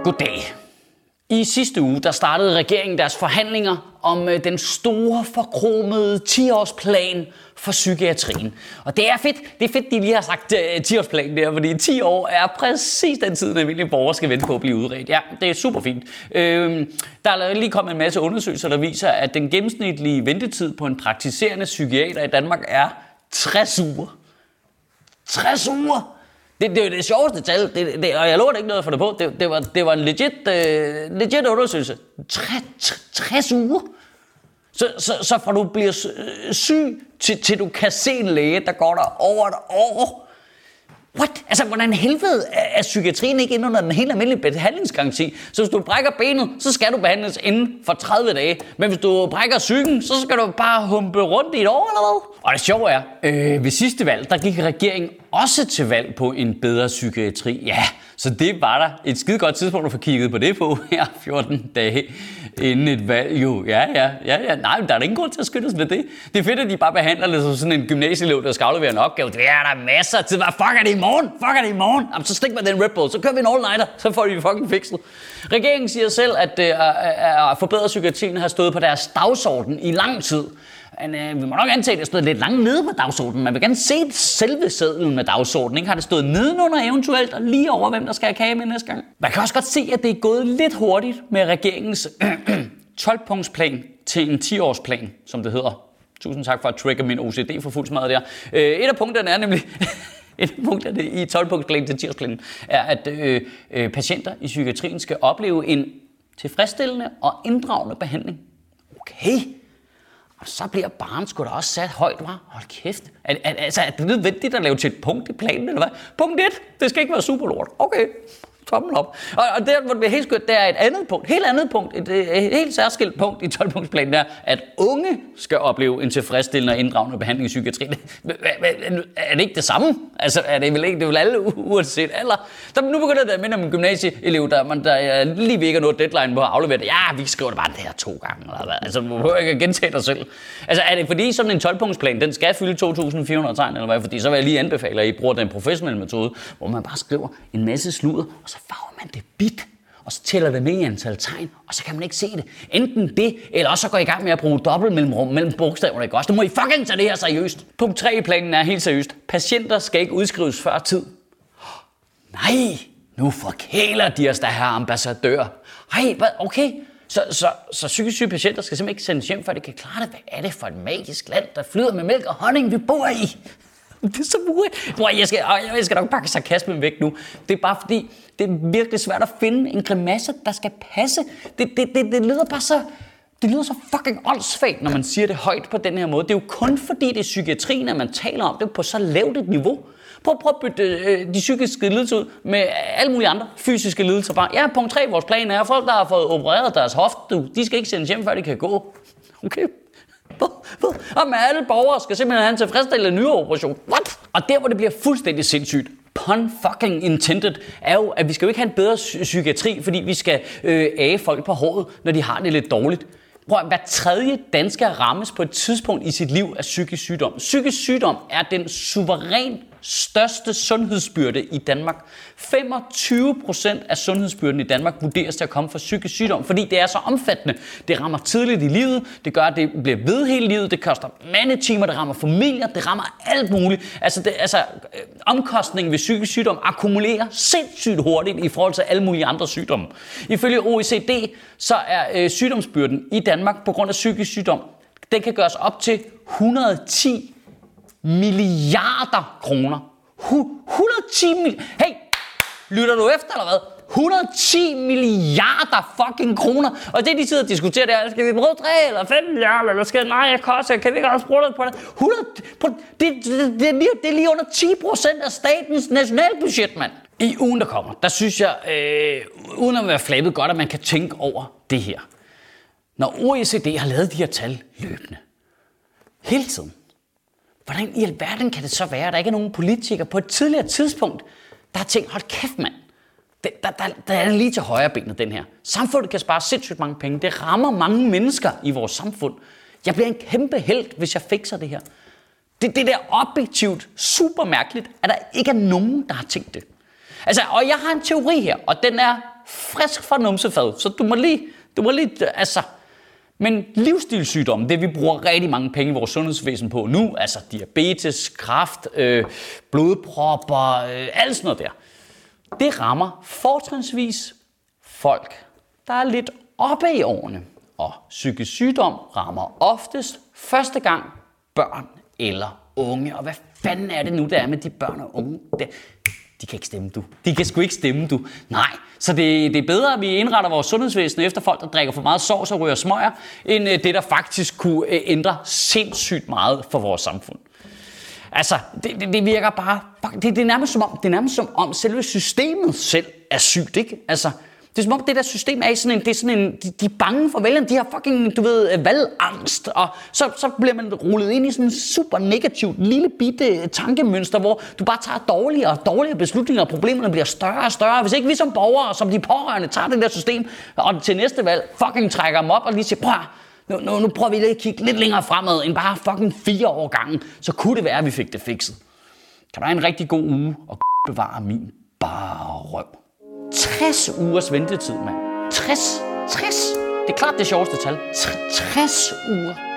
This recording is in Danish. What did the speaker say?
Goddag. I sidste uge der startede regeringen deres forhandlinger om den store forkromede 10-årsplan for psykiatrien. Og det er fedt, de lige har sagt 10-årsplanen der, fordi 10 år er præcis den tid, den almindelige borger skal vente på at blive udredt. Ja, det er super fint. Der er lige kommet en masse undersøgelser, der viser, at den gennemsnitlige ventetid på en praktiserende psykiater i Danmark er 60 uger. 60 uger! Det er jo det sjoveste tal, og jeg lover ikke noget for det på. Det var en legit undersøgelse. 60 uger? Så fra du bliver syg, til du kan se en læge, der går der over et år. What? Altså, hvordan helvede er psykiatrien ikke inde under den helt almindelige behandlingsgaranti? Så hvis du brækker benet, så skal du behandles inden for 30 dage. Men hvis du brækker psyken, så skal du bare humpe rundt i et år, eller hvad? Og det sjove er, ved sidste valg, der gik regeringen også til valg på en bedre psykiatri. Ja, så det var der et skide godt tidspunkt at få kigget på det på her 14 dage inden et valg. Jo, ja. Nej, der er ingen grund til at skyndes med det. Det er fedt, at de bare behandler det som sådan en gymnasieelev, der skal aflevere en opgave. Det er der masser af tid. Hvad fuck er det i morgen? Jamen, så stik med den Red Bull, så kører vi en all-nighter, så får de fucking fikset. Regeringen siger selv, at forbedre psykiatrien har stået på deres dagsorden i lang tid. Men vi må nok antage, at det har stået lidt langt nede på dagsordenen. Man vil gerne se selve sedlen med dagsordenen. Ikke? Har det stået nedenunder eventuelt, og lige over, hvem der skal have kage med næste gang? Man kan også godt se, at det er gået lidt hurtigt med regeringens 12-punktsplan til en 10-årsplan, som det hedder. Tusind tak for at trigge min OCD for fuld smadret der. Et af punkterne er nemlig... Et af punkterne i 12-punktsplanen til 10-årsplanen er, at patienter i psykiatrien skal opleve en tilfredsstillende og inddragende behandling. Okay. Og så bliver barnet sgu da også sat højt, hva'? Hold kæft. Er det nødvendigt at lave til et punkt i planen, eller hvad? Punkt 1. Det skal ikke være super lort. Okay. Tommel op. Og der, hvor det bliver helt skørt, det er et andet punkt. Helt andet punkt. Et helt særskilt punkt i 12-punktsplanen er, at unge skal opleve en tilfredsstillende og inddragende behandling i psykiatrien. Er det ikke det samme? Altså, er det vel ikke? Det er vel alle uanset alder. Nu begynder det at minde om en gymnasieelev, der lige ved ikke at nå deadline på at aflevere det. Ja, vi skriver det bare det her 2 gange. Eller hvad. Altså, du behøver ikke at gentage dig selv. Altså, er det fordi sådan en 12-punktsplan, den skal fylde 2.400 tegn, eller hvad? Fordi så vil jeg lige anbefale, at I bruger den professionelle metode, hvor man bare skriver en masse sludder, og så farver man det bit, og så tæller det med i antal tegn, og så kan man ikke se det. Enten det, eller også så går I gang med at bruge dobbelt mellemrum mellem bogstaverne, ikke også? Det må I fucking tage det her seriøst. Punkt 3 i planen er helt seriøst. Patienter skal ikke udskrives før tid. Nej, nu forkæler de os, der her ambassadør. Hej, okay. Så psykisk syge patienter skal simpelthen ikke sendes hjem, før de kan klare det. Hvad er det for et magisk land, der flyder med mælk og honning, vi bor i? Det er så muligt. Jeg skal nok pakke sarkasmen væk nu. Det er bare fordi, det er virkelig svært at finde en grimasse, der skal passe. Det lyder bare så... Det lyder så fucking åndssvagt, når man siger det højt på den her måde. Det er jo kun fordi, det er psykiatrien, at man taler om det på så lavt et niveau. Prøv at bytte de psykiske lidelser ud med alle mulige andre fysiske lidelser. Bare. Ja, punkt 3 vores plan er, folk, der har fået opereret deres hofte, de skal ikke sendes hjem, før de kan gå. Okay. Og med alle borgere skal simpelthen have en tilfredsstillende nyreoperation. What? Og der, hvor det bliver fuldstændig sindssygt, pun fucking intended, er jo, at vi skal jo ikke have en bedre psykiatri, fordi vi skal age folk på håret, når de har det lidt dårligt. Prøv, hver tredje dansker rammes på et tidspunkt i sit liv af psykisk sygdom. Psykisk sygdom er den suverænt største sundhedsbyrde i Danmark. 25% af sundhedsbyrden i Danmark vurderes til at komme fra psykisk sygdom, fordi det er så omfattende. Det rammer tidligt i livet, det gør, at det bliver ved hele livet, det koster mandetimer, det rammer familier, det rammer alt muligt. Omkostningen ved psykisk sygdom akkumulerer sindssygt hurtigt i forhold til alle mulige andre sygdomme. Ifølge OECD, så er sygdomsbyrden i Danmark på grund af psykisk sygdom, den kan gøres op til 110 milliarder kroner. 110 milliarder. Hey, lytter du efter eller hvad? 110 milliarder fucking kroner. Og det de sidder og diskuterer der, skal vi bruge 3 eller 5 milliarder, eller skal jeg koste, kan vi ikke også bruge det på det? Det er lige under 10% af statens nationalbudget, mand. I ugen der kommer, der synes jeg, uden at være flabet godt, at man kan tænke over det her. Når OECD har lavet de her tal løbende, hele tiden, hvordan i alverden kan det så være, at der ikke er nogen politikere på et tidligere tidspunkt, der har tænkt, hold kæft mand, der er lige til højre benet den her. Samfundet kan spare sindssygt mange penge. Det rammer mange mennesker i vores samfund. Jeg bliver en kæmpe helt, hvis jeg fikser det her. Det der objektivt super mærkeligt, at der ikke er nogen, der har tænkt det. Altså, og jeg har en teori her, og den er frisk fra numsefad. Så du må lige, altså... Men livsstilssygdomme, det vi bruger rigtig mange penge i vores sundhedsvæsen på nu, altså diabetes, kræft, blodpropper, alt sådan noget der, det rammer fortrinsvis folk, der er lidt oppe i årene. Og psykisk sygdom rammer oftest første gang børn eller unge. Og hvad fanden er det nu, der er med de børn og unge? De kan ikke stemme, du. De kan sgu ikke stemme, du. Nej, så det er bedre, at vi indretter vores sundhedsvæsen efter folk, der drikker for meget sovs og ryger smøger, end det, der faktisk kunne ændre sindssygt meget for vores samfund. Altså, det virker bare... Det er nærmest som om selve systemet selv er sygt, ikke? Altså, det er som om det der system er i sådan en... De er bange for vælgerne, de har fucking, valgangst, og så bliver man rullet ind i sådan en super negativt lille bitte tankemønster, hvor du bare tager dårligere og dårligere beslutninger, og problemerne bliver større og større. Hvis ikke vi som borgere, som de pårørende, tager det der system, og til næste valg fucking trækker dem op og lige siger, prøv, nu prøver vi lige at kigge lidt længere fremad, end bare fucking 4 år gangen, så kunne det være, at vi fik det fikset. Kan du have en rigtig god uge, og bevare min bare røv. 60 ugers ventetid, mand. 60. Det er klart det sjoveste tal. 60 uger.